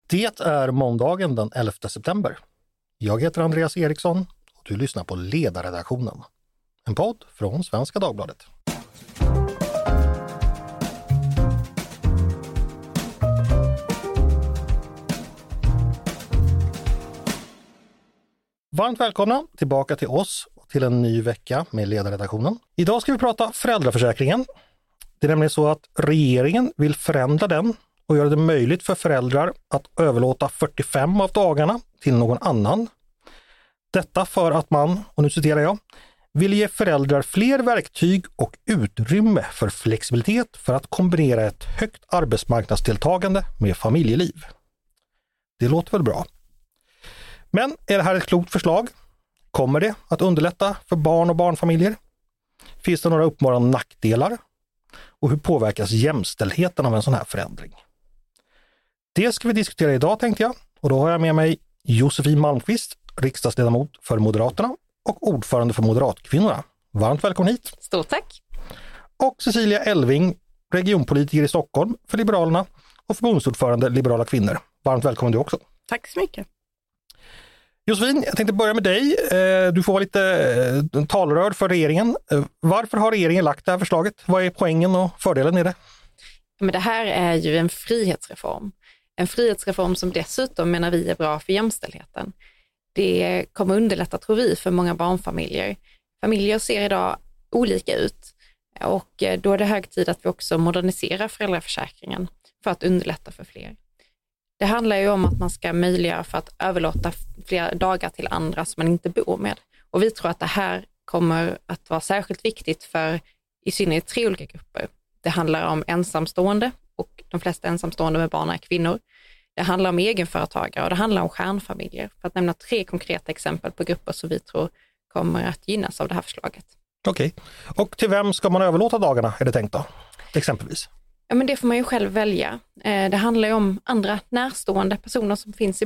Det är måndagen den 11 september. Jag heter Andreas Eriksson och du lyssnar på Ledarredaktionen. En podd från Svenska Dagbladet. Varmt välkomna tillbaka till oss och till en ny vecka med Ledarredaktionen. Idag ska vi prata föräldraförsäkringen. Det är nämligen så att regeringen vill förändra den och göra det möjligt för föräldrar att överlåta 45 av dagarna till någon annan. Detta för att man, och nu citerar jag, vill ge föräldrar fler verktyg och utrymme för flexibilitet för att kombinera ett högt arbetsmarknadsdeltagande med familjeliv. Det låter väl bra. Men är det här ett klokt förslag? Kommer det att underlätta för barn och barnfamiljer? Finns det några uppenbara nackdelar? Och hur påverkas jämställdheten av en sån här förändring? Det ska vi diskutera idag, tänkte jag. Och då har jag med mig Josefin Malmqvist, riksdagsledamot för Moderaterna och ordförande för Moderatkvinnorna. Varmt välkommen hit. Stort tack. Och Cecilia Elving, regionpolitiker i Stockholm för Liberalerna och förbundsordförande Liberala kvinnor. Varmt välkommen du också. Tack så mycket. Josefin, jag tänkte börja med dig. Du får vara lite talrörd för regeringen. Varför har regeringen lagt det här förslaget? Vad är poängen och fördelen med det? Men det här är ju en frihetsreform. En frihetsreform som dessutom menar vi är bra för jämställdheten. Det kommer underlätta, tror vi, för många barnfamiljer. Familjer ser idag olika ut och då är det hög tid att vi också moderniserar föräldraförsäkringen för att underlätta för fler. Det handlar ju om att man ska möjliggöra för att överlåta flera dagar till andra som man inte bor med. Och vi tror att det här kommer att vara särskilt viktigt för i synnerhet 3 olika grupper. Det handlar om ensamstående och de flesta ensamstående med barn är kvinnor. Det handlar om egenföretagare och det handlar om stjärnfamiljer. För att nämna 3 konkreta exempel på grupper som vi tror kommer att gynnas av det här förslaget. Okej. Och till vem ska man överlåta dagarna, är det tänkt då? Exempelvis. Ja, men det får man ju själv välja. Det handlar ju om andra närstående personer som finns i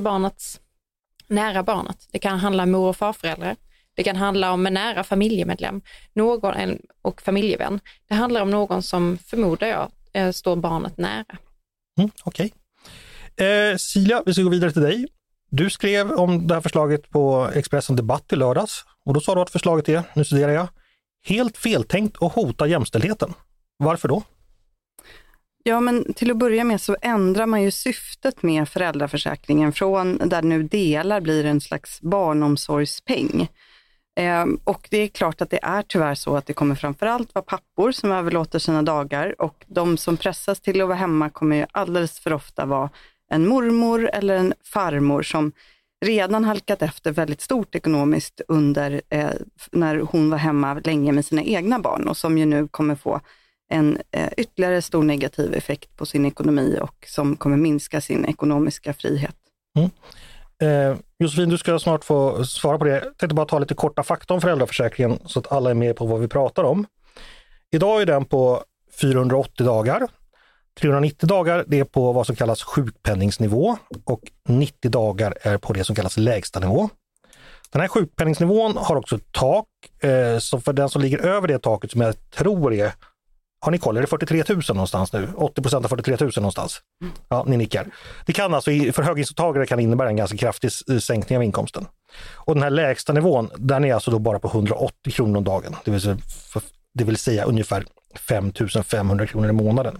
nära barnet. Det kan handla om mor- och farföräldrar. Det kan handla om en nära familjemedlem och familjevän. Det handlar om någon som, förmodar jag, står barnet nära. Okej. Silja, vi ska gå vidare till dig. Du skrev om det här förslaget på Expressen Debatt i lördags. Och då sa du att förslaget är, nu citerar jag, helt feltänkt och hotar jämställdheten. Varför då? Ja, men till att börja med så ändrar man ju syftet med föräldraförsäkringen från där nu delar blir en slags barnomsorgspeng. Och det är klart att det är tyvärr så att det kommer framförallt vara pappor som överlåter sina dagar och de som pressas till att vara hemma kommer ju alldeles för ofta vara en mormor eller en farmor som redan halkat efter väldigt stort ekonomiskt under när hon var hemma länge med sina egna barn och som ju nu kommer få en ytterligare stor negativ effekt på sin ekonomi och som kommer minska sin ekonomiska frihet. Josefin, du ska snart få svara på det. Jag tänkte bara ta lite korta fakta om föräldraförsäkringen så att alla är med på vad vi pratar om. Idag är den på 480 dagar. 390 dagar det är på vad som kallas sjukpenningsnivå och 90 dagar är på det som kallas lägsta nivå. Den här sjukpenningsnivån har också ett tak, så för den som ligger över det taket som jag tror är, har ni koll, är det 43 000 någonstans nu? 80% av 43 000 någonstans? Ja, ni nickar. Det kan alltså, för höginkomsttagare kan innebära en ganska kraftig sänkning av inkomsten. Och den här lägsta nivån, den är alltså då bara på 180 kronor om dagen. Det vill säga ungefär 5 500 kronor i månaden.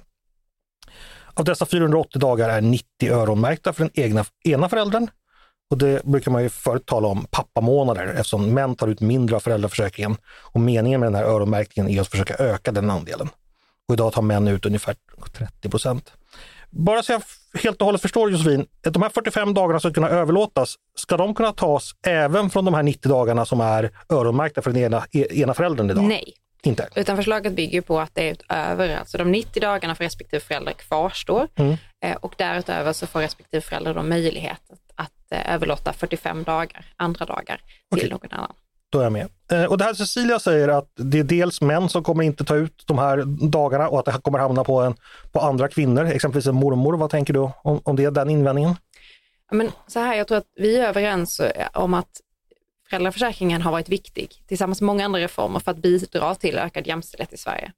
Av dessa 480 dagar är 90 öronmärkta för den ena föräldern. Och det brukar man ju förut tala om pappamånader eftersom män tar ut mindre av föräldraförsäkringen. Och meningen med den här öronmärkningen är att försöka öka den andelen. Och idag tar män ut ungefär 30%. Bara så jag helt och hållet förstår, Josefin, att de här 45 dagarna ska kunna överlåtas, ska de kunna tas även från de här 90 dagarna som är öronmärkta för den ena föräldern idag? Nej. Inte. Utan förslaget bygger på att det är utöver, alltså de 90 dagarna för respektive förälder kvarstår och därutöver så får respektive förälder då möjlighet att överlåta 45 dagar, andra dagar till någon annan. Då är jag med. Och det här Cecilia säger att det är dels män som kommer inte ta ut de här dagarna och att det kommer hamna på andra kvinnor, exempelvis en mormor. Vad tänker du om det, den invändningen? Men så här, jag tror att vi är överens om att föräldraförsäkringen har varit viktig tillsammans med många andra reformer för att bidra till ökad jämställdhet i Sverige.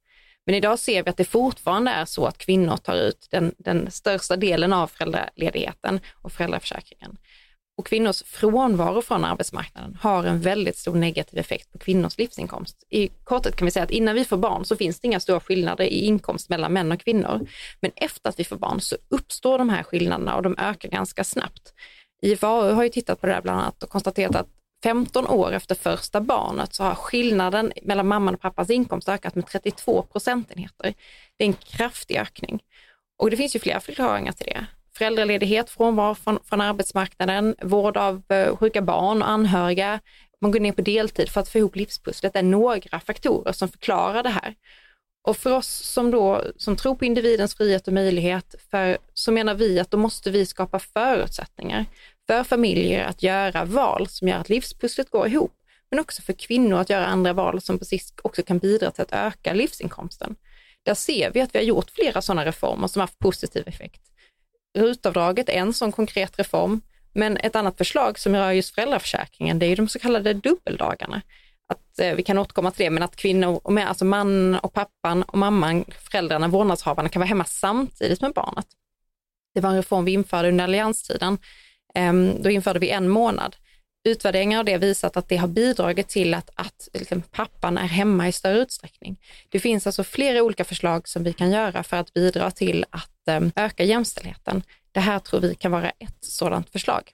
Men idag ser vi att det fortfarande är så att kvinnor tar ut den största delen av föräldraledigheten och föräldraförsäkringen. Och kvinnors frånvaro från arbetsmarknaden har en väldigt stor negativ effekt på kvinnors livsinkomst. I korthet kan vi säga att innan vi får barn så finns det inga stora skillnader i inkomst mellan män och kvinnor. Men efter att vi får barn så uppstår de här skillnaderna och de ökar ganska snabbt. IFAU har ju tittat på det här bland annat och konstaterat att 15 år efter första barnet så har skillnaden mellan mamman och pappans inkomst ökat med 32 procentenheter. Det är en kraftig ökning. Och det finns ju flera förklaringar till det. Föräldraledighet, frånvaro från arbetsmarknaden, vård av sjuka barn och anhöriga. Man går ner på deltid för att få ihop livspusslet. Det är några faktorer som förklarar det här. Och för oss som tror på individens frihet och möjlighet, så menar vi att då måste vi skapa förutsättningar för familjer att göra val som gör att livspusslet går ihop. Men också för kvinnor att göra andra val som precis också kan bidra till att öka livsinkomsten. Där ser vi att vi har gjort flera sådana reformer som har haft positiv effekt. RUT-avdraget är en sån konkret reform, men ett annat förslag som rör just föräldraförsäkringen, det är ju de så kallade dubbeldagarna. Att vi kan återkomma till det, men att kvinnor, alltså mannen och pappan och mamman, föräldrarna, vårdnadshavarna kan vara hemma samtidigt med barnet. Det var en reform vi införde under allianstiden. Då införde vi 1 månad. Utvärderingar av det visat att det har bidragit till att liksom, pappan är hemma i större utsträckning. Det finns alltså flera olika förslag som vi kan göra för att bidra till att öka jämställdheten. Det här tror vi kan vara ett sådant förslag.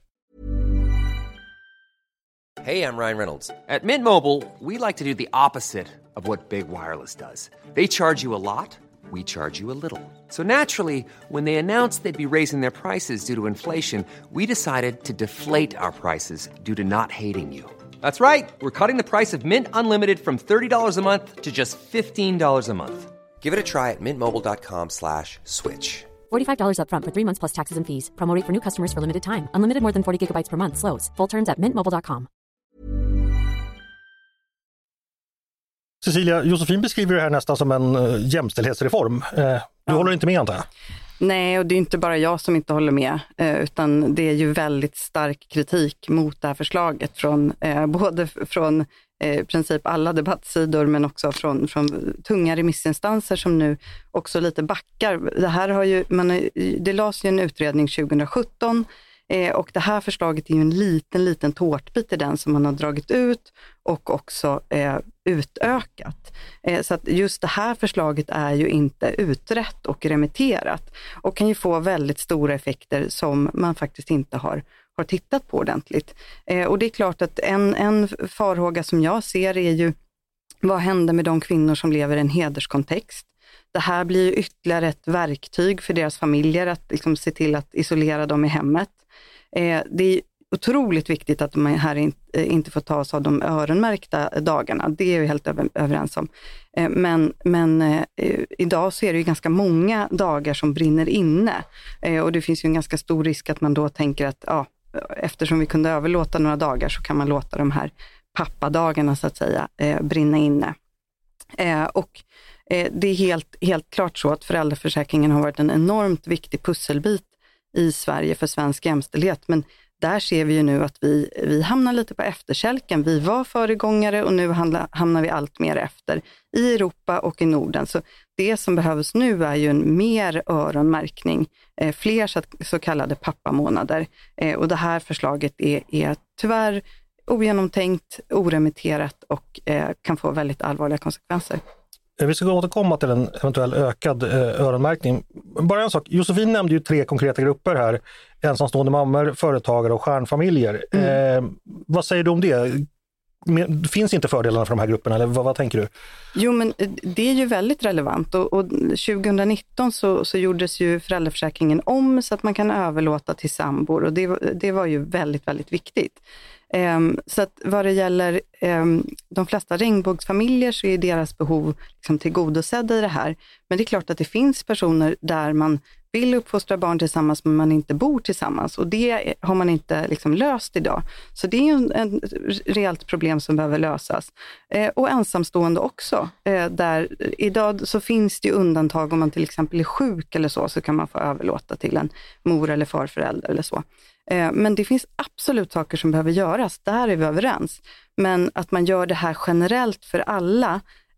Hey, I'm Ryan Reynolds. At Mint Mobile, we like to do the opposite of what Big Wireless does. They charge you a lot, we charge you a little. So naturally, when they announced they'd be raising their prices due to inflation, we decided to deflate our prices due to not hating you. That's right. We're cutting the price of Mint Unlimited from $30 a month to just $15 a month. Give it a try at mintmobile.com/switch. $45 up front for 3 months plus taxes and fees. Promo rate for new customers for limited time. Unlimited more than 40 gigabytes per month. Slows full terms at mintmobile.com. Cecilia, Josefin beskriver det här nästan som en jämställdhetsreform. Du håller inte med, antar jag? Nej, och det är inte bara jag som inte håller med, utan det är ju väldigt stark kritik mot det här förslaget från både från i princip alla debattsidor, men också från tunga remissinstanser som nu också lite backar. Det här har ju, det lades ju en utredning 2017 och det här förslaget är ju en liten tårtbit i den som man har dragit ut och också utökat. Så att just det här förslaget är ju inte utrett och remitterat och kan ju få väldigt stora effekter som man faktiskt inte har tittat på ordentligt. Och det är klart att en farhåga som jag ser är ju, vad händer med de kvinnor som lever i en hederskontext? Det här blir ju ytterligare ett verktyg för deras familjer att liksom se till att isolera dem i hemmet. Det är otroligt viktigt att de här inte får ta sig av de öronmärkta dagarna. Det är vi helt överens om. Men idag så är det ju ganska många dagar som brinner inne. Och det finns ju en ganska stor risk att man då tänker att eftersom vi kunde överlåta några dagar så kan man låta de här pappadagarna så att säga brinna inne. Och det är helt klart så att föräldraförsäkringen har varit en enormt viktig pusselbit i Sverige för svensk jämställdhet, men där ser vi ju nu att vi hamnar lite på efterkälken. Vi var föregångare och nu hamnar vi allt mer efter i Europa och i Norden. Så det som behövs nu är ju en mer öronmärkning, fler så kallade pappamånader. Och det här förslaget är tyvärr ogenomtänkt, oremitterat och kan få väldigt allvarliga konsekvenser. Vi ska återkomma till en eventuell ökad öronmärkning. Bara en sak, Josefin nämnde ju 3 konkreta grupper här. Ensamstående mammor, företagare och stjärnfamiljer. Vad säger du om det? Finns inte fördelarna för de här grupperna eller vad tänker du? Jo, men det är ju väldigt relevant och 2019 så gjordes ju föräldraförsäkringen om så att man kan överlåta till sambor och det var ju väldigt, väldigt viktigt. Så att vad det gäller de flesta regnbågsfamiljer så är deras behov liksom tillgodosedda i det här. Men det är klart att det finns personer där man vill uppfostra barn tillsammans men man inte bor tillsammans och det har man inte liksom löst idag. Så det är ju en reellt problem som behöver lösas. Och ensamstående också. Där idag så finns det ju undantag om man till exempel är sjuk eller så kan man få överlåta till en mor eller farförälder eller så. Men det finns absolut saker som behöver göras, där är vi överens. Men att man gör det här generellt för alla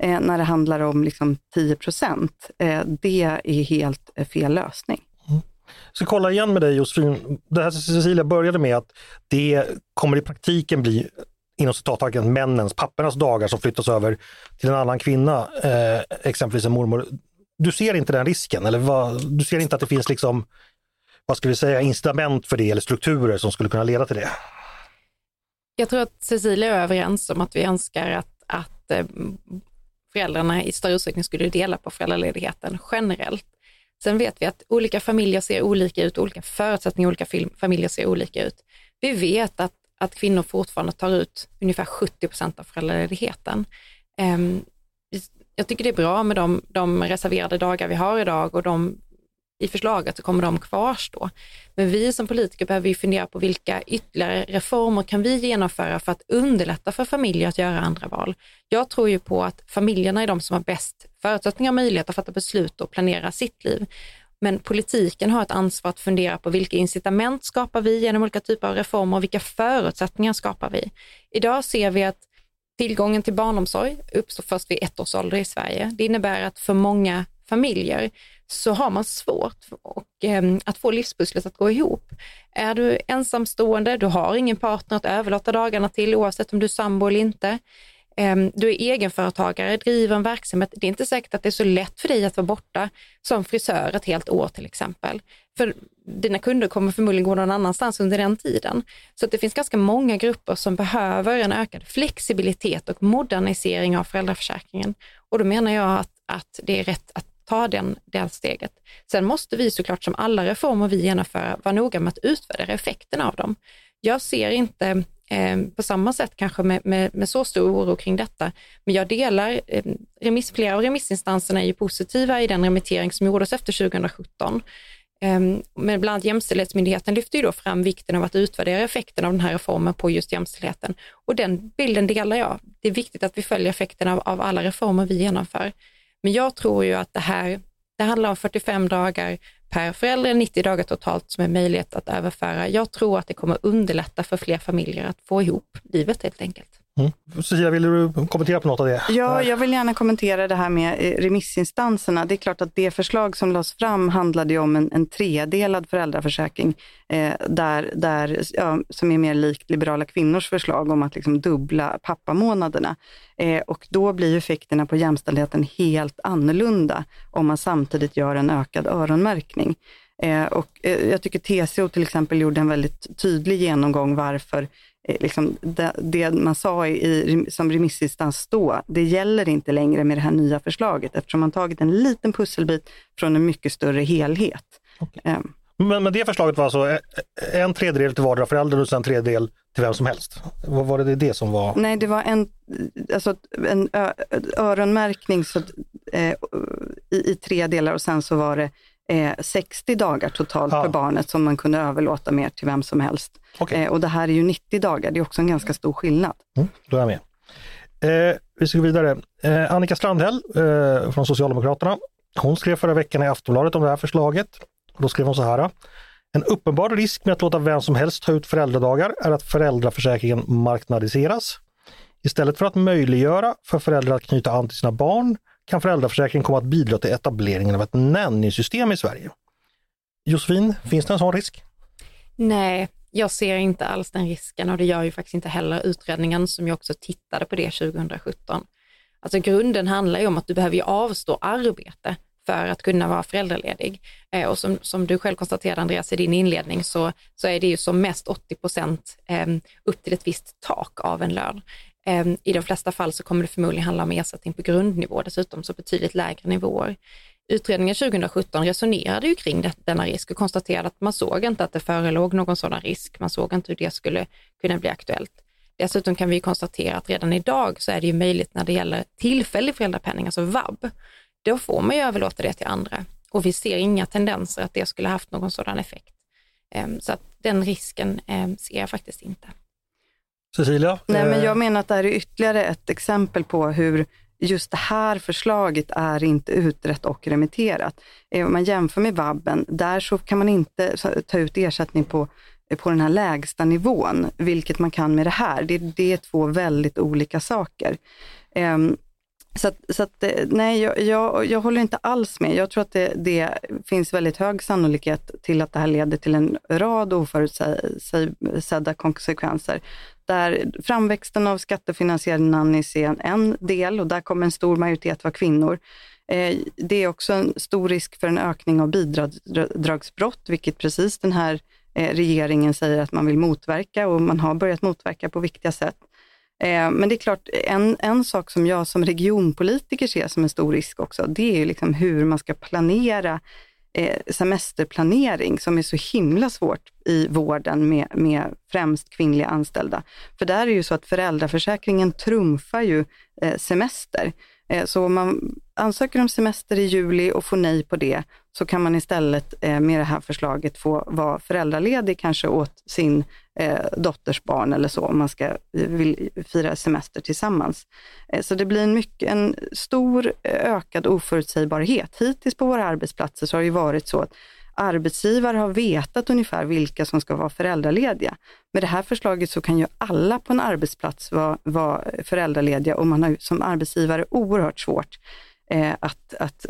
när det handlar om liksom 10%. Det är helt fel lösning. Jag ska kolla igen med dig Josefin. Det här Cecilia började med att det kommer i praktiken bli inom citattecken männens, pappernas dagar som flyttas över till en annan kvinna, exempelvis en mormor. Du ser inte den risken? Eller du ser inte att det finns liksom, vad ska vi säga, incitament för det eller strukturer som skulle kunna leda till det? Jag tror att Cecilia är överens om att vi önskar att föräldrarna i större utsträckning skulle dela på föräldraledigheten generellt. Sen vet vi att olika familjer ser olika ut, olika förutsättningar, olika familjer ser olika ut. Vi vet att kvinnor fortfarande tar ut ungefär 70% av föräldraledigheten. Jag tycker det är bra med de reserverade dagar vi har idag och i förslaget så kommer de kvarstå. Men vi som politiker behöver ju fundera på vilka ytterligare reformer kan vi genomföra för att underlätta för familjer att göra andra val. Jag tror ju på att familjerna är de som har bäst förutsättningar och möjlighet att fatta beslut och planera sitt liv. Men politiken har ett ansvar att fundera på vilka incitament skapar vi genom olika typer av reformer och vilka förutsättningar skapar vi. Idag ser vi att tillgången till barnomsorg uppstår först vid 1 års ålder i Sverige. Det innebär att för många familjer så har man svårt att få livspusslet att gå ihop. Är du ensamstående, du har ingen partner att överlåta dagarna till oavsett om du är sambo eller inte. Du är egenföretagare, driver en verksamhet. Det är inte säkert att det är så lätt för dig att vara borta som frisör ett helt år till exempel. För dina kunder kommer förmodligen gå någon annanstans under den tiden. Så att det finns ganska många grupper som behöver en ökad flexibilitet och modernisering av föräldraförsäkringen. Och då menar jag att det är rätt att ta det steget. Sen måste vi såklart som alla reformer vi genomför vara noga med att utvärdera effekterna av dem. Jag ser inte på samma sätt kanske med så stor oro kring detta. Men jag delar, flera av remissinstanserna är ju positiva i den remittering som gjordes efter 2017. Men bland annat Jämställdhetsmyndigheten lyfter ju då fram vikten av att utvärdera effekten av den här reformen på just jämställdheten. Och den bilden delar jag. Det är viktigt att vi följer effekterna av alla reformer vi genomför. Men jag tror ju att det handlar om 45 dagar per förälder, 90 dagar totalt som är möjlighet att överföra. Jag tror att det kommer underlätta för fler familjer att få ihop livet helt enkelt. Cecilia, vill du kommentera på något av det? Ja, jag vill gärna kommentera det här med remissinstanserna. Det är klart att det förslag som lades fram handlade ju om en tredelad föräldraförsäkring som är mer likt liberala kvinnors förslag om att liksom dubbla pappamånaderna. Och då blir effekterna på jämställdheten helt annorlunda om man samtidigt gör en ökad öronmärkning. Och jag tycker TCO till exempel gjorde en väldigt tydlig genomgång varför liksom det man sa som remissinstans då, det gäller inte längre med det här nya förslaget eftersom man tagit en liten pusselbit från en mycket större helhet. Okay. Men det förslaget var alltså en tredjedel till vardera förälder och sen en tredjedel till vem som helst. Var det som var? Nej, det var en öronmärkning i 3 delar och sen så var det 60 dagar totalt för barnet som man kunde överlåta mer till vem som helst. Okay. Och det här är ju 90 dagar, det är också en ganska stor skillnad. Då är jag med. Vi ska gå vidare. Annika Strandhäll från Socialdemokraterna, hon skrev förra veckan i Aftonbladet om det här förslaget. Då skrev hon så här: en uppenbar risk med att låta vem som helst ta ut föräldradagar är att föräldraförsäkringen marknadiseras. Istället för att möjliggöra för föräldrar att knyta an till sina barn kan föräldraförsäkringen komma att bidra till etableringen av ett nanny-system i Sverige. Josefin, finns det en sån risk? Nej, jag ser inte alls den risken och det gör ju faktiskt inte heller utredningen som jag också tittade på det 2017. Alltså grunden handlar ju om att du behöver ju avstå arbete för att kunna vara föräldraledig. Och som du själv konstaterade Andreas i din inledning så är det ju som mest 80% upp till ett visst tak av en lön. I de flesta fall så kommer det förmodligen handla om ersättning på grundnivå, dessutom så betydligt lägre nivåer. Utredningen 2017 resonerade ju kring denna risk och konstaterade att man såg inte att det förelåg någon sådan risk. Man såg inte hur det skulle kunna bli aktuellt. Dessutom kan vi konstatera att redan idag så är det ju möjligt när det gäller tillfällig föräldrapenning, alltså vab. Då får man ju överlåta det till andra och vi ser inga tendenser att det skulle haft någon sådan effekt. Så att den risken ser jag faktiskt inte. Cecilia? Nej, men jag menar att det här är ytterligare ett exempel på hur just det här förslaget är inte utrett och remitterat. Om man jämför med vabben, där så kan man inte ta ut ersättning på den här lägsta nivån, vilket man kan med det här. Det är 2 väldigt olika saker. Nej, jag håller inte alls med. Jag tror att det finns väldigt hög sannolikhet till att det här leder till en rad oförutsedda konsekvenser. Där framväxten av skattefinansierade nannies är en del, och där kommer en stor majoritet vara kvinnor. Det är också en stor risk för en ökning av bidragsbrott, vilket precis den här regeringen säger att man vill motverka, och man har börjat motverka på viktiga sätt. Men det är klart, en sak som jag som regionpolitiker ser som en stor risk också, det är liksom hur man ska planera semesterplanering, som är så himla svårt i vården med främst kvinnliga anställda. För där är ju så att föräldraförsäkringen trumfar ju semester. Så om man ansöker om semester i juli och får nej på det, så kan man istället med det här förslaget få vara föräldraledig kanske åt sin dotters barn eller så, om man vill fira semester tillsammans. Så det blir en stor ökad oförutsägbarhet. Hittills på våra arbetsplatser så har det ju varit så att arbetsgivare har vetat ungefär vilka som ska vara föräldralediga. Med det här förslaget så kan ju alla på en arbetsplats vara föräldralediga, och man har som arbetsgivare oerhört svårt att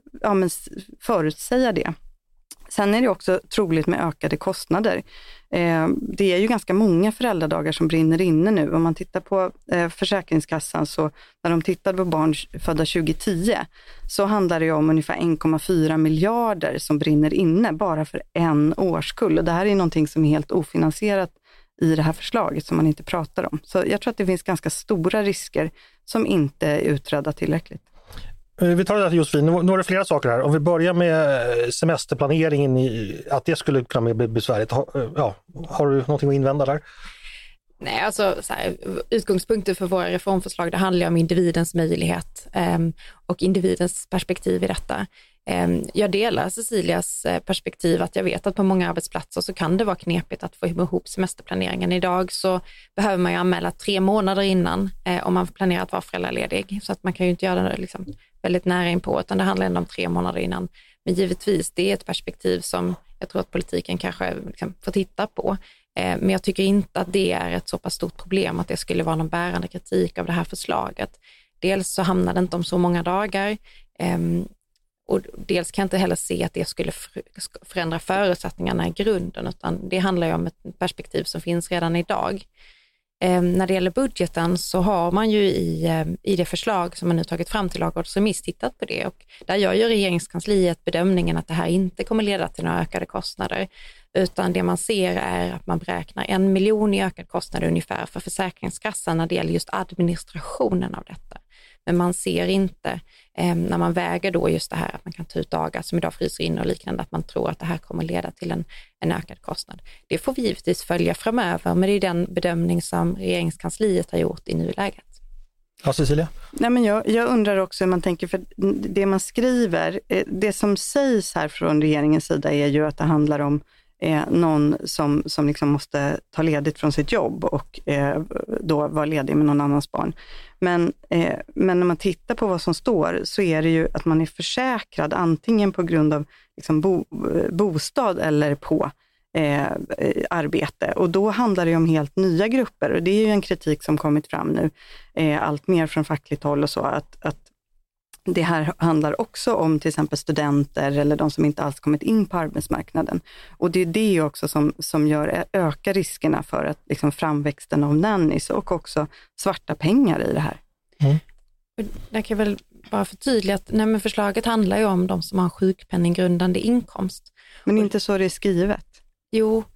förutsäga det. Sen är det också troligt med ökade kostnader. Det är ju ganska många föräldradagar som brinner inne nu. Om man tittar på Försäkringskassan, så när de tittade på barn födda 2010, så handlar det om ungefär 1,4 miljarder som brinner inne bara för en årskull. Och det här är någonting som är helt ofinansierat i det här förslaget, som man inte pratar om. Så jag tror att det finns ganska stora risker som inte är utredda tillräckligt. Vi tar det där till Josefin. Nu är det flera saker här. Om vi börjar med semesterplaneringen, att det skulle kunna bli besvärligt. Har du någonting att invända där? Nej, alltså utgångspunkter för våra reformförslag, det handlar om individens möjlighet och individens perspektiv i detta. Jag delar Cecilias perspektiv, att jag vet att på många arbetsplatser så kan det vara knepigt att få ihop semesterplaneringen. Idag så behöver man ju anmäla 3 månader innan om man planerar att vara föräldraledig, så att man kan ju inte göra det liksom väldigt nära inpå, utan det handlar ändå om 3 månader innan. Men givetvis, det är ett perspektiv som jag tror att politiken kanske liksom får titta på. Men jag tycker inte att det är ett så pass stort problem att det skulle vara någon bärande kritik av det här förslaget. Dels så hamnar det inte om så många dagar, och dels kan jag inte heller se att det skulle förändra förutsättningarna i grunden, utan det handlar ju om ett perspektiv som finns redan idag. När det gäller budgeten så har man ju i det förslag som man nu tagit fram till lagrådsremiss tittat på det, och där gör ju regeringskansliet bedömningen att det här inte kommer leda till några ökade kostnader, utan det man ser är att man beräknar 1 miljon i ökad kostnad ungefär för Försäkringskassan när det gäller just administrationen av detta. Men man ser inte, när man väger då just det här att man kan ta ut dagar som idag fryser in och liknande, att man tror att det här kommer leda till en ökad kostnad. Det får vi givetvis följa framöver, men det är den bedömning som regeringskansliet har gjort i nuläget. Ja, Cecilia? Nej, men jag undrar också hur man tänker, för det man skriver, det som sägs här från regeringens sida är ju att det handlar om någon som liksom måste ta ledigt från sitt jobb och då vara ledig med någon annans barn. Men när man tittar på vad som står, så är det ju att man är försäkrad antingen på grund av liksom bostad eller på arbete. Och då handlar det om helt nya grupper, och det är ju en kritik som kommit fram nu allt mer från fackligt håll och så, att det här handlar också om till exempel studenter eller de som inte alls kommit in på arbetsmarknaden. Och det är det också som ökar riskerna för att liksom framväxten av nannies och också svarta pengar i det här. Mm. Jag kan väl bara förtydliga att förslaget handlar ju om de som har sjukpenninggrundande inkomst. Men inte så det är skrivet. Jo,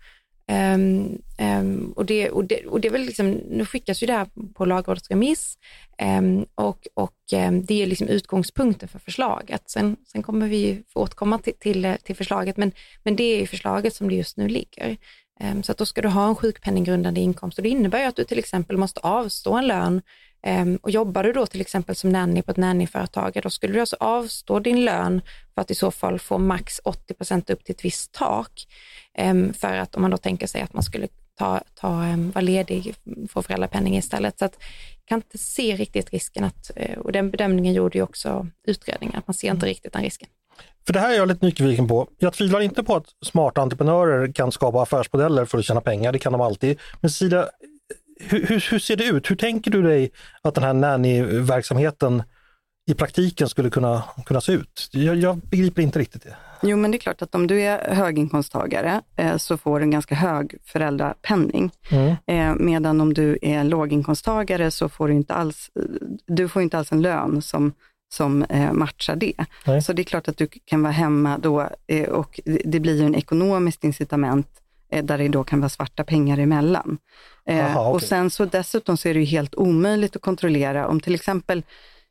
och det är väl liksom, nu skickas ju det här på lagrådsremiss, och det är liksom utgångspunkten för förslaget. Sen kommer vi få återkomma till förslaget, men det är ju förslaget som det just nu ligger. Så att då ska du ha en sjukpenninggrundande inkomst, och det innebär ju att du till exempel måste avstå en lön, och jobbar du då till exempel som nanny på ett nannyföretag, då skulle du alltså avstå din lön för att i så fall få max 80% upp till ett visst tak, för att om man då tänker sig att man skulle vara ledig, få föräldrapenning istället. Så att jag kan inte se riktigt risken och den bedömningen gjorde ju också utredningen, att man ser inte riktigt den risken. För det här är jag lite nyfiken på. Jag tvivlar inte på att smarta entreprenörer kan skapa affärsmodeller för att tjäna pengar, det kan de alltid. Men Cecilia, hur ser det ut? Hur tänker du dig att den här nanny-verksamheten i praktiken skulle kunna se ut. Jag begriper inte riktigt det. Jo, men det är klart att om du är höginkomsttagare så får du en ganska hög föräldrapenning. Medan om du är låginkomsttagare så får du får inte alls en lön som matchar det. Nej. Så det är klart att du kan vara hemma då och det blir ju en ekonomiskt incitament där det då kan vara svarta pengar emellan. Aha, okay. Och sen så dessutom så är det ju helt omöjligt att kontrollera om till exempel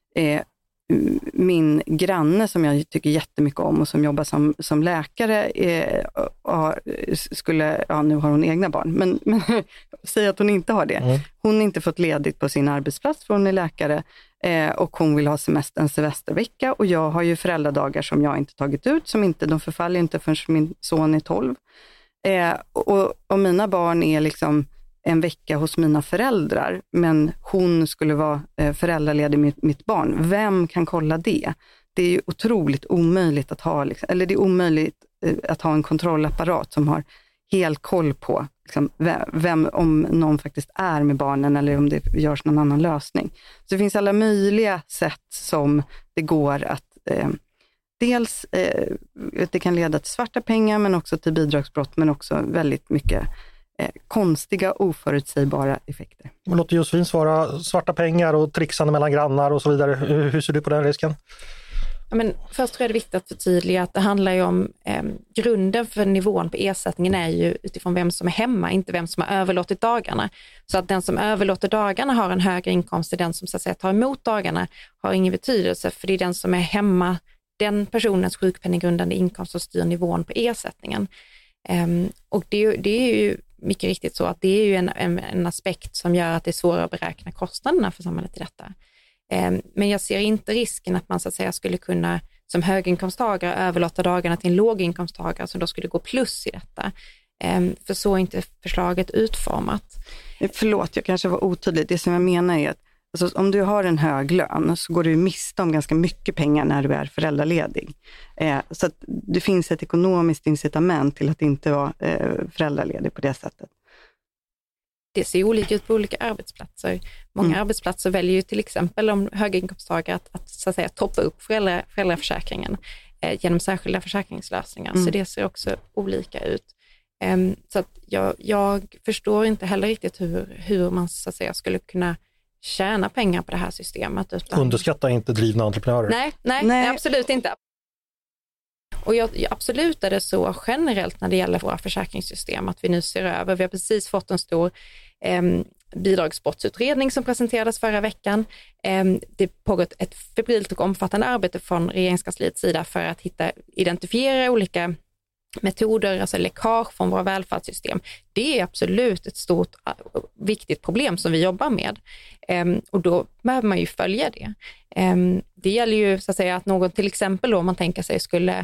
min granne som jag tycker jättemycket om och som jobbar som läkare nu har hon egna barn, men säg att hon inte har det. Hon har inte fått ledigt på sin arbetsplats för hon är läkare och hon vill ha en semestervecka och jag har ju föräldradagar som jag inte tagit ut, de förfaller inte förrän min son är 12. Och mina barn är liksom en vecka hos mina föräldrar, men hon skulle vara föräldraledig med mitt barn. Vem kan kolla det? Det är ju otroligt omöjligt att ha, det är omöjligt att ha en kontrollapparat som har helt koll på vem, om någon faktiskt är med barnen eller om det görs någon annan lösning. Så det finns alla möjliga sätt som det går att dels det kan leda till svarta pengar men också till bidragsbrott, men också väldigt mycket konstiga, oförutsägbara effekter. Låter Josefin svara svarta pengar och trixande mellan grannar och så vidare. Hur ser du på den risken? Ja, men först tror jag det är viktigt att förtydliga att det handlar ju om grunden för nivån på ersättningen är ju utifrån vem som är hemma, inte vem som har överlåtit dagarna. Så att den som överlåter dagarna har en högre inkomst än den som så att säga tar emot dagarna har ingen betydelse, för det är den som är hemma, den personens sjukpenninggrundande inkomst som styr nivån på ersättningen. Och det är ju mycket riktigt så att det är ju en aspekt som gör att det är svårare att beräkna kostnaderna för samhället i detta. Men jag ser inte risken att man så att säga skulle kunna som höginkomsttagare överlåta dagarna till en låginkomsttagare som då skulle gå plus i detta. För så är inte förslaget utformat. Förlåt, jag kanske var otydlig. Det som jag menar är att alltså, om du har en hög lön så går du miste om ganska mycket pengar när du är föräldraledig. Så att det finns ett ekonomiskt incitament till att inte vara föräldraledig på det sättet. Det ser olika ut på olika arbetsplatser. Många arbetsplatser väljer ju till exempel om höginkomsttagare att så att säga toppa upp föräldraförsäkringen genom särskilda försäkringslösningar. Så det ser också olika ut. Så att jag förstår inte heller riktigt hur man så att säga skulle kunna tjäna pengar på det här systemet. Underskatta inte drivna entreprenörer. Nej, absolut inte. Och absolut är det så generellt när det gäller våra försäkringssystem att vi nu ser över. Vi har precis fått en stor bidragsbrottsutredning som presenterades förra veckan. Det pågår ett febrilt och omfattande arbete från regeringskansliets sida för att identifiera olika metoder, alltså läckage från våra välfärdssystem. Det är absolut ett stort viktigt problem som vi jobbar med. Och då behöver man ju följa det. Det gäller ju så att säga att någon till exempel då, om man tänker sig skulle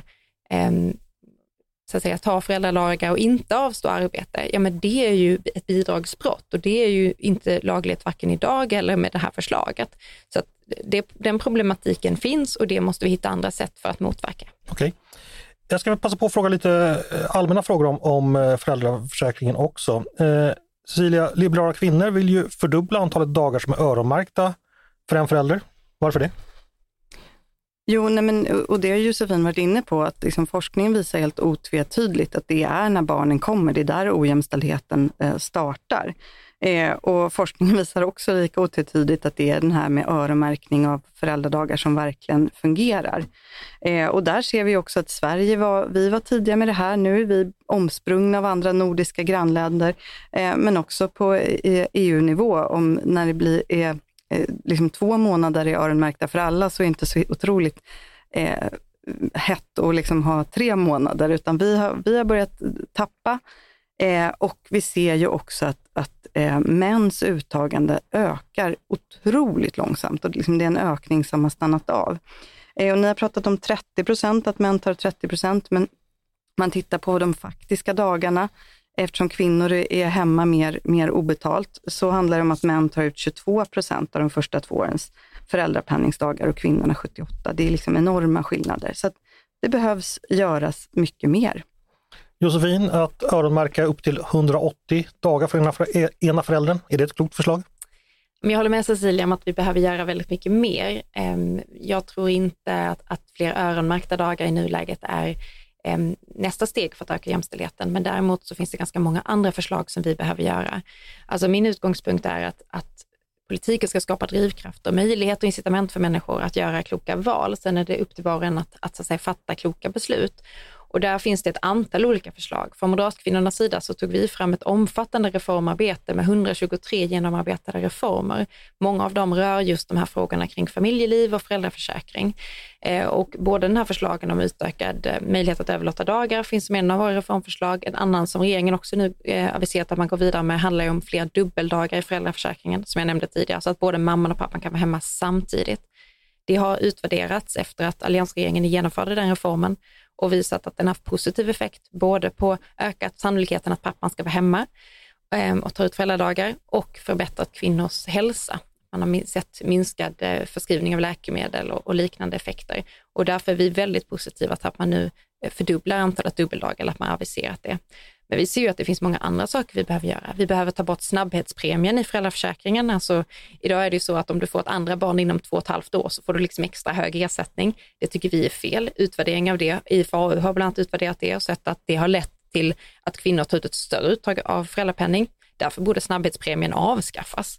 så att säga ta föräldralagar och inte avstå arbete, ja men det är ju ett bidragsbrott och det är ju inte lagligt varken idag eller med det här förslaget. Så att den problematiken finns och det måste vi hitta andra sätt för att motverka. Okej. Jag ska passa på att fråga lite allmänna frågor om föräldraförsäkringen också. Cecilia, liberala kvinnor vill ju fördubbla antalet dagar som är öronmärkta för en förälder. Varför det? Jo, och det har Josefin varit inne på att liksom forskningen visar helt otvetydigt att det är när barnen kommer, det är där ojämställdheten startar. Och forskningen visar också lika otvetydigt att det är den här med öronmärkning av föräldradagar som verkligen fungerar. Och där ser vi också att Sverige var tidiga med det här, nu är vi omsprungna av andra nordiska grannländer, men också på EU-nivå när det blir liksom 2 månader är öronmärkta för alla, så är det inte så otroligt hett att liksom ha 3 månader, utan vi har börjat tappa och vi ser ju också att mäns uttagande ökar otroligt långsamt och liksom det är en ökning som har stannat av. Och ni har pratat om 30%, att män tar 30%, men man tittar på de faktiska dagarna. Eftersom kvinnor är hemma mer obetalt så handlar det om att män tar ut 22% av de första 2 årens föräldrapenningsdagar och kvinnorna 78%. Det är liksom enorma skillnader. Så att det behövs göras mycket mer. Josefin, att öronmärka upp till 180 dagar för ena föräldern, är det ett klokt förslag? Men jag håller med Cecilia om att vi behöver göra väldigt mycket mer. Jag tror inte att fler öronmärkta dagar i nuläget är nästa steg för att öka jämställdheten, men däremot så finns det ganska många andra förslag som vi behöver göra. Alltså min utgångspunkt är att politiken ska skapa drivkraft och möjlighet och incitament för människor att göra kloka val. Sen är det upp till var och en att så att säga, fatta kloka beslut. Och där finns det ett antal olika förslag. Från moderatkvinnornas sida så tog vi fram ett omfattande reformarbete med 123 genomarbetade reformer. Många av dem rör just de här frågorna kring familjeliv och föräldraförsäkring. Och både den här förslagen om utökad möjlighet att överlåta dagar finns som en av våra reformförslag. En annan som regeringen också nu aviserat att man går vidare med handlar om fler dubbeldagar i föräldraförsäkringen, som jag nämnde tidigare, så att både mamman och pappan kan vara hemma samtidigt. Det har utvärderats efter att alliansregeringen genomförde den reformen och visat att den har haft positiv effekt både på ökat sannolikheten att pappan ska vara hemma och ta ut föräldradagar och förbättrat kvinnors hälsa. Man har sett minskad förskrivning av läkemedel och liknande effekter. Och därför är vi väldigt positiva till att man nu fördubblar antalet dubbeldagar, eller att man har aviserat det. Men vi ser ju att det finns många andra saker vi behöver göra. Vi behöver ta bort snabbhetspremien i föräldraförsäkringen. Alltså, idag är det ju så att om du får ett andra barn inom 2,5 år så får du liksom extra hög ersättning. Det tycker vi är fel. Utvärdering av det. IFAU har bland annat utvärderat det och sett att det har lett till att kvinnor tar ut ett större uttag av föräldrapenning. Därför borde snabbhetspremien avskaffas.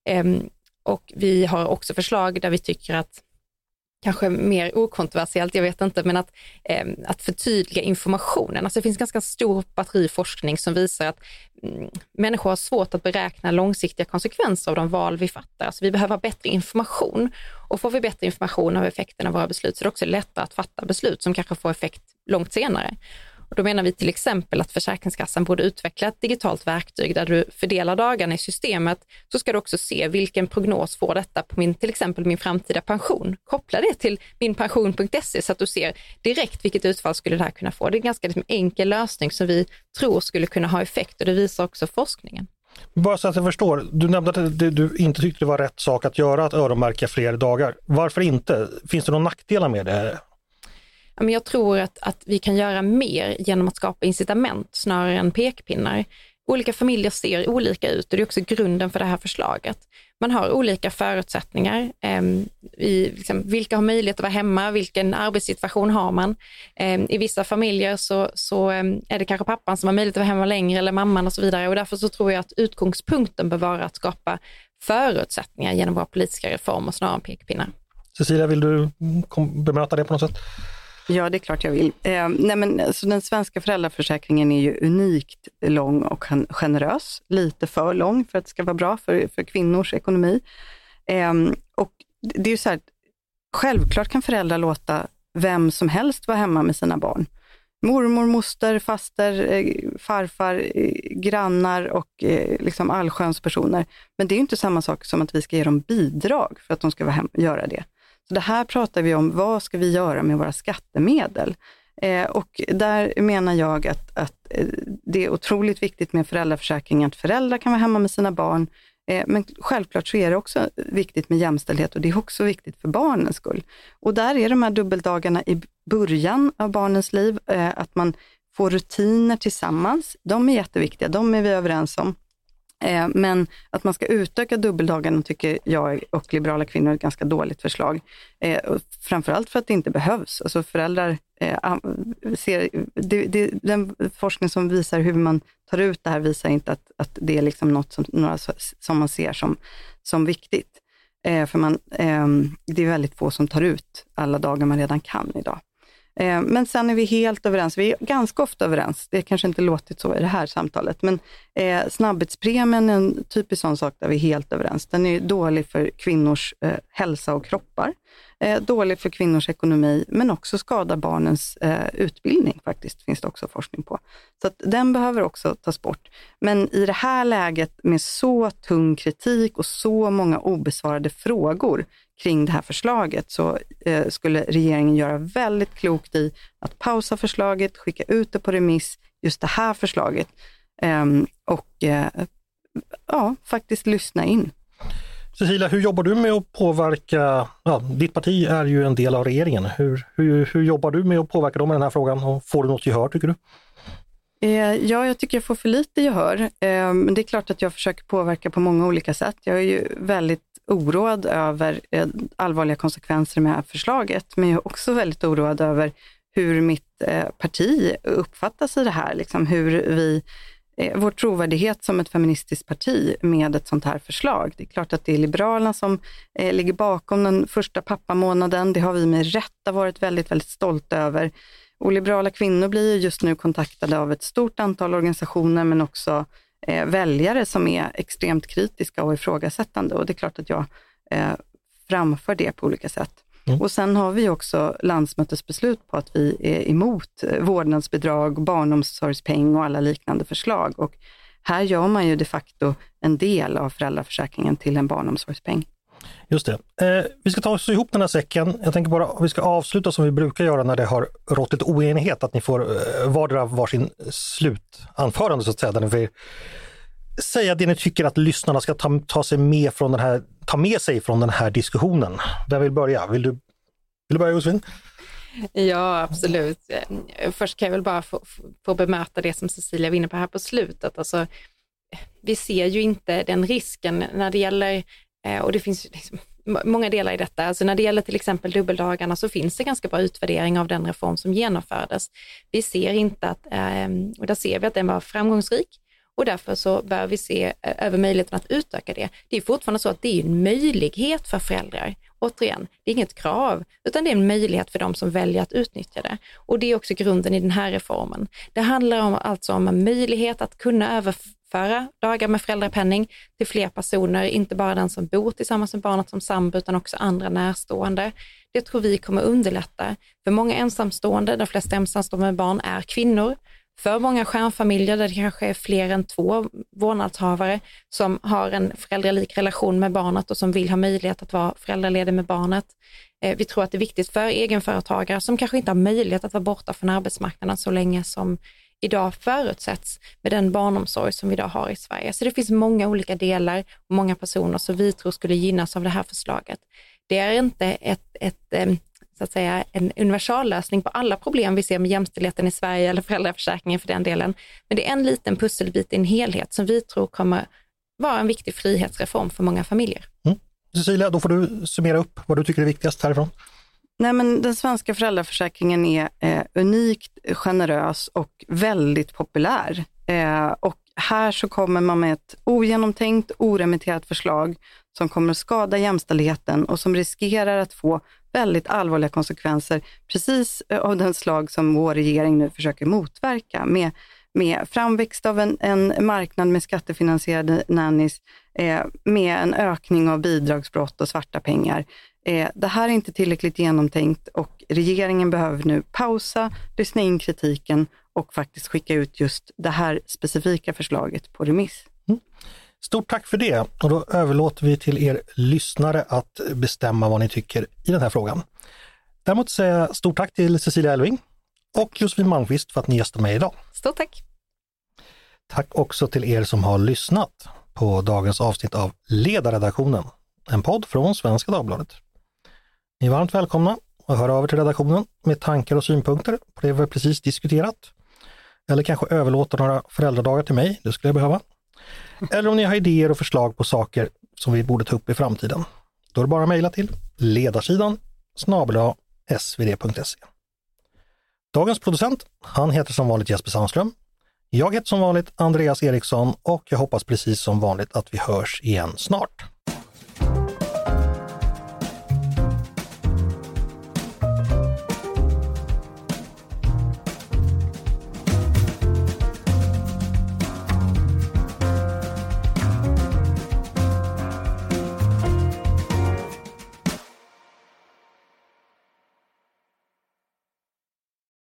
Och vi har också förslag där vi tycker att, kanske mer okontroversiellt, jag vet inte, men att förtydliga informationen. Alltså det finns ganska stor batteriforskning som visar att människor har svårt att beräkna långsiktiga konsekvenser av de val vi fattar. Alltså vi behöver bättre information, och får vi bättre information av effekterna av våra beslut så är det också lättare att fatta beslut som kanske får effekt långt senare. Och då menar vi till exempel att Försäkringskassan borde utveckla ett digitalt verktyg där du fördelar dagarna i systemet, så ska du också se vilken prognos får detta på till exempel min framtida pension. Koppla det till minpension.se så att du ser direkt vilket utfall skulle det här kunna få. Det är en ganska enkel lösning som vi tror skulle kunna ha effekt, och det visar också forskningen. Bara så att jag förstår, du nämnde att du inte tyckte det var rätt sak att göra, att öronmärka fler dagar. Varför inte? Finns det några nackdelar med det? Men jag tror att vi kan göra mer genom att skapa incitament snarare än pekpinnar. Olika familjer ser olika ut och det är också grunden för det här förslaget. Man har olika förutsättningar. Vilka har möjlighet att vara hemma? Vilken arbetssituation har man? I vissa familjer så är det kanske pappan som har möjlighet att vara hemma längre, eller mamman och så vidare. Och därför så tror jag att utgångspunkten bör vara att skapa förutsättningar genom våra politiska reformer snarare än pekpinnar. Cecilia, vill du bemöta det på något sätt? Ja, det är klart jag vill. Så den svenska föräldraförsäkringen är ju unikt lång och generös. Lite för lång för att det ska vara bra för kvinnors ekonomi. Och det är ju så här, självklart kan föräldrar låta vem som helst vara hemma med sina barn. Mormor, moster, faster, farfar, grannar och liksom allsköns personer. Men det är ju inte samma sak som att vi ska ge dem bidrag för att de ska vara hemma och göra det. Så det här pratar vi om, vad ska vi göra med våra skattemedel? Och där menar jag att det är otroligt viktigt med föräldraförsäkringen, att föräldrar kan vara hemma med sina barn. Men självklart så är det också viktigt med jämställdhet, och det är också viktigt för barnens skull. Och där är de här dubbeldagarna i början av barnens liv, att man får rutiner tillsammans. De är jätteviktiga, de är vi överens om. Men att man ska utöka dubbeldagarna tycker jag och liberala kvinnor är ett ganska dåligt förslag. Framförallt för att det inte behövs. Alltså föräldrar ser, den forskning som visar hur man tar ut det här visar inte att det är liksom något som man ser som viktigt. För det är väldigt få som tar ut alla dagar man redan kan idag. Men sen är vi helt överens, vi är ganska ofta överens, det kanske inte låtit så i det här samtalet, men snabbhetspremien är en typisk sån sak där vi är helt överens. Den är dålig för kvinnors hälsa och kroppar, dålig för kvinnors ekonomi, men också skadar barnens utbildning faktiskt, finns det också forskning på. Så att den behöver också tas bort. Men i det här läget med så tung kritik och så många obesvarade frågor kring det här förslaget, så skulle regeringen göra väldigt klokt i att pausa förslaget, skicka ut det på remiss, just det här förslaget, och faktiskt lyssna in. Cecilia, hur jobbar du med att påverka, ditt parti är ju en del av regeringen, hur jobbar du med att påverka dem i den här frågan, och får du något gehör tycker du? Ja, jag tycker jag får för lite gehör. Men det är klart att jag försöker påverka på många olika sätt. Jag är ju väldigt oroad över allvarliga konsekvenser med det här förslaget. Men jag är också väldigt oroad över hur mitt parti uppfattas i det här. Liksom hur vår trovärdighet som ett feministiskt parti med ett sånt här förslag. Det är klart att det är Liberalerna som ligger bakom den första pappamånaden. Det har vi med rätta varit väldigt, väldigt stolta över. Och liberala kvinnor blir just nu kontaktade av ett stort antal organisationer men också väljare som är extremt kritiska och ifrågasättande. Och det är klart att jag framför det på olika sätt. Och sen har vi också landsmötesbeslut på att vi är emot vårdnadsbidrag, barnomsorgspeng och alla liknande förslag. Och här gör man ju de facto en del av föräldraförsäkringen till en barnomsorgspeng. Just det. Vi ska ta oss ihop den här säcken. Jag tänker bara att vi ska avsluta som vi brukar göra när det har rått ett oenighet, att ni får vardera varsin slutanförande så att säga, där ni får säga det ni tycker att lyssnarna ska ta med sig från den här diskussionen. Vem vill börja? Vill du börja, Josefin? Ja, absolut. Först kan jag väl bara få bemöta det som Cecilia var inne på här på slutet. Alltså, vi ser ju inte den risken när det gäller, och det finns liksom många delar i detta. Alltså när det gäller till exempel dubbeldagarna så finns det ganska bra utvärdering av den reform som genomfördes. Vi ser inte att, och där ser vi att den var framgångsrik. Och därför så bör vi se över möjligheten att utöka det. Det är fortfarande så att det är en möjlighet för föräldrar. Återigen, det är inget krav, utan det är en möjlighet för de som väljer att utnyttja det. Och det är också grunden i den här reformen. Det handlar alltså om en möjlighet att kunna överföra dagar med föräldrapenning till fler personer, inte bara den som bor tillsammans med barnet som sambo, utan också andra närstående. Det tror vi kommer underlätta. För många ensamstående, de flesta ensamstående med barn är kvinnor. För många stjärnfamiljer där det kanske är fler än 2 vårdnadshavare som har en föräldralik relation med barnet och som vill ha möjlighet att vara föräldraledig med barnet. Vi tror att det är viktigt för egenföretagare som kanske inte har möjlighet att vara borta från arbetsmarknaden så länge som idag förutsätts med den barnomsorg som vi idag har i Sverige. Så det finns många olika delar och många personer som vi tror skulle gynnas av det här förslaget. Det är inte så att säga en universallösning på alla problem vi ser med jämställdheten i Sverige eller föräldraförsäkringen för den delen. Men det är en liten pusselbit i en helhet som vi tror kommer vara en viktig frihetsreform för många familjer. Cecilia, då får du summera upp vad du tycker är viktigast härifrån. Nej, men den svenska föräldraförsäkringen är unikt generös och väldigt populär. Och här så kommer man med ett ogenomtänkt, oremitterat förslag som kommer att skada jämställdheten och som riskerar att få väldigt allvarliga konsekvenser, precis av den slag som vår regering nu försöker motverka med framväxt av en marknad med skattefinansierade nannies, med en ökning av bidragsbrott och svarta pengar. Det här är inte tillräckligt genomtänkt och regeringen behöver nu pausa, lyssna in kritiken och faktiskt skicka ut just det här specifika förslaget på remiss. Stort tack för det, och då överlåter vi till er lyssnare att bestämma vad ni tycker i den här frågan. Däremot säger jag stort tack till Cecilia Elving och Josefin Malmqvist för att ni gästade mig idag. Stort tack! Tack också till er som har lyssnat på dagens avsnitt av Ledarredaktionen, en podd från Svenska Dagbladet. Ni är varmt välkomna att höra över till redaktionen med tankar och synpunkter på det vi precis diskuterat. Eller kanske överlåta några föräldradagar till mig, det skulle jag behöva. Eller om ni har idéer och förslag på saker som vi borde ta upp i framtiden. Då är det bara att mejla till ledarsidan@svd.se. Dagens producent, han heter som vanligt Jesper Sandström. Jag heter som vanligt Andreas Eriksson och jag hoppas precis som vanligt att vi hörs igen snart.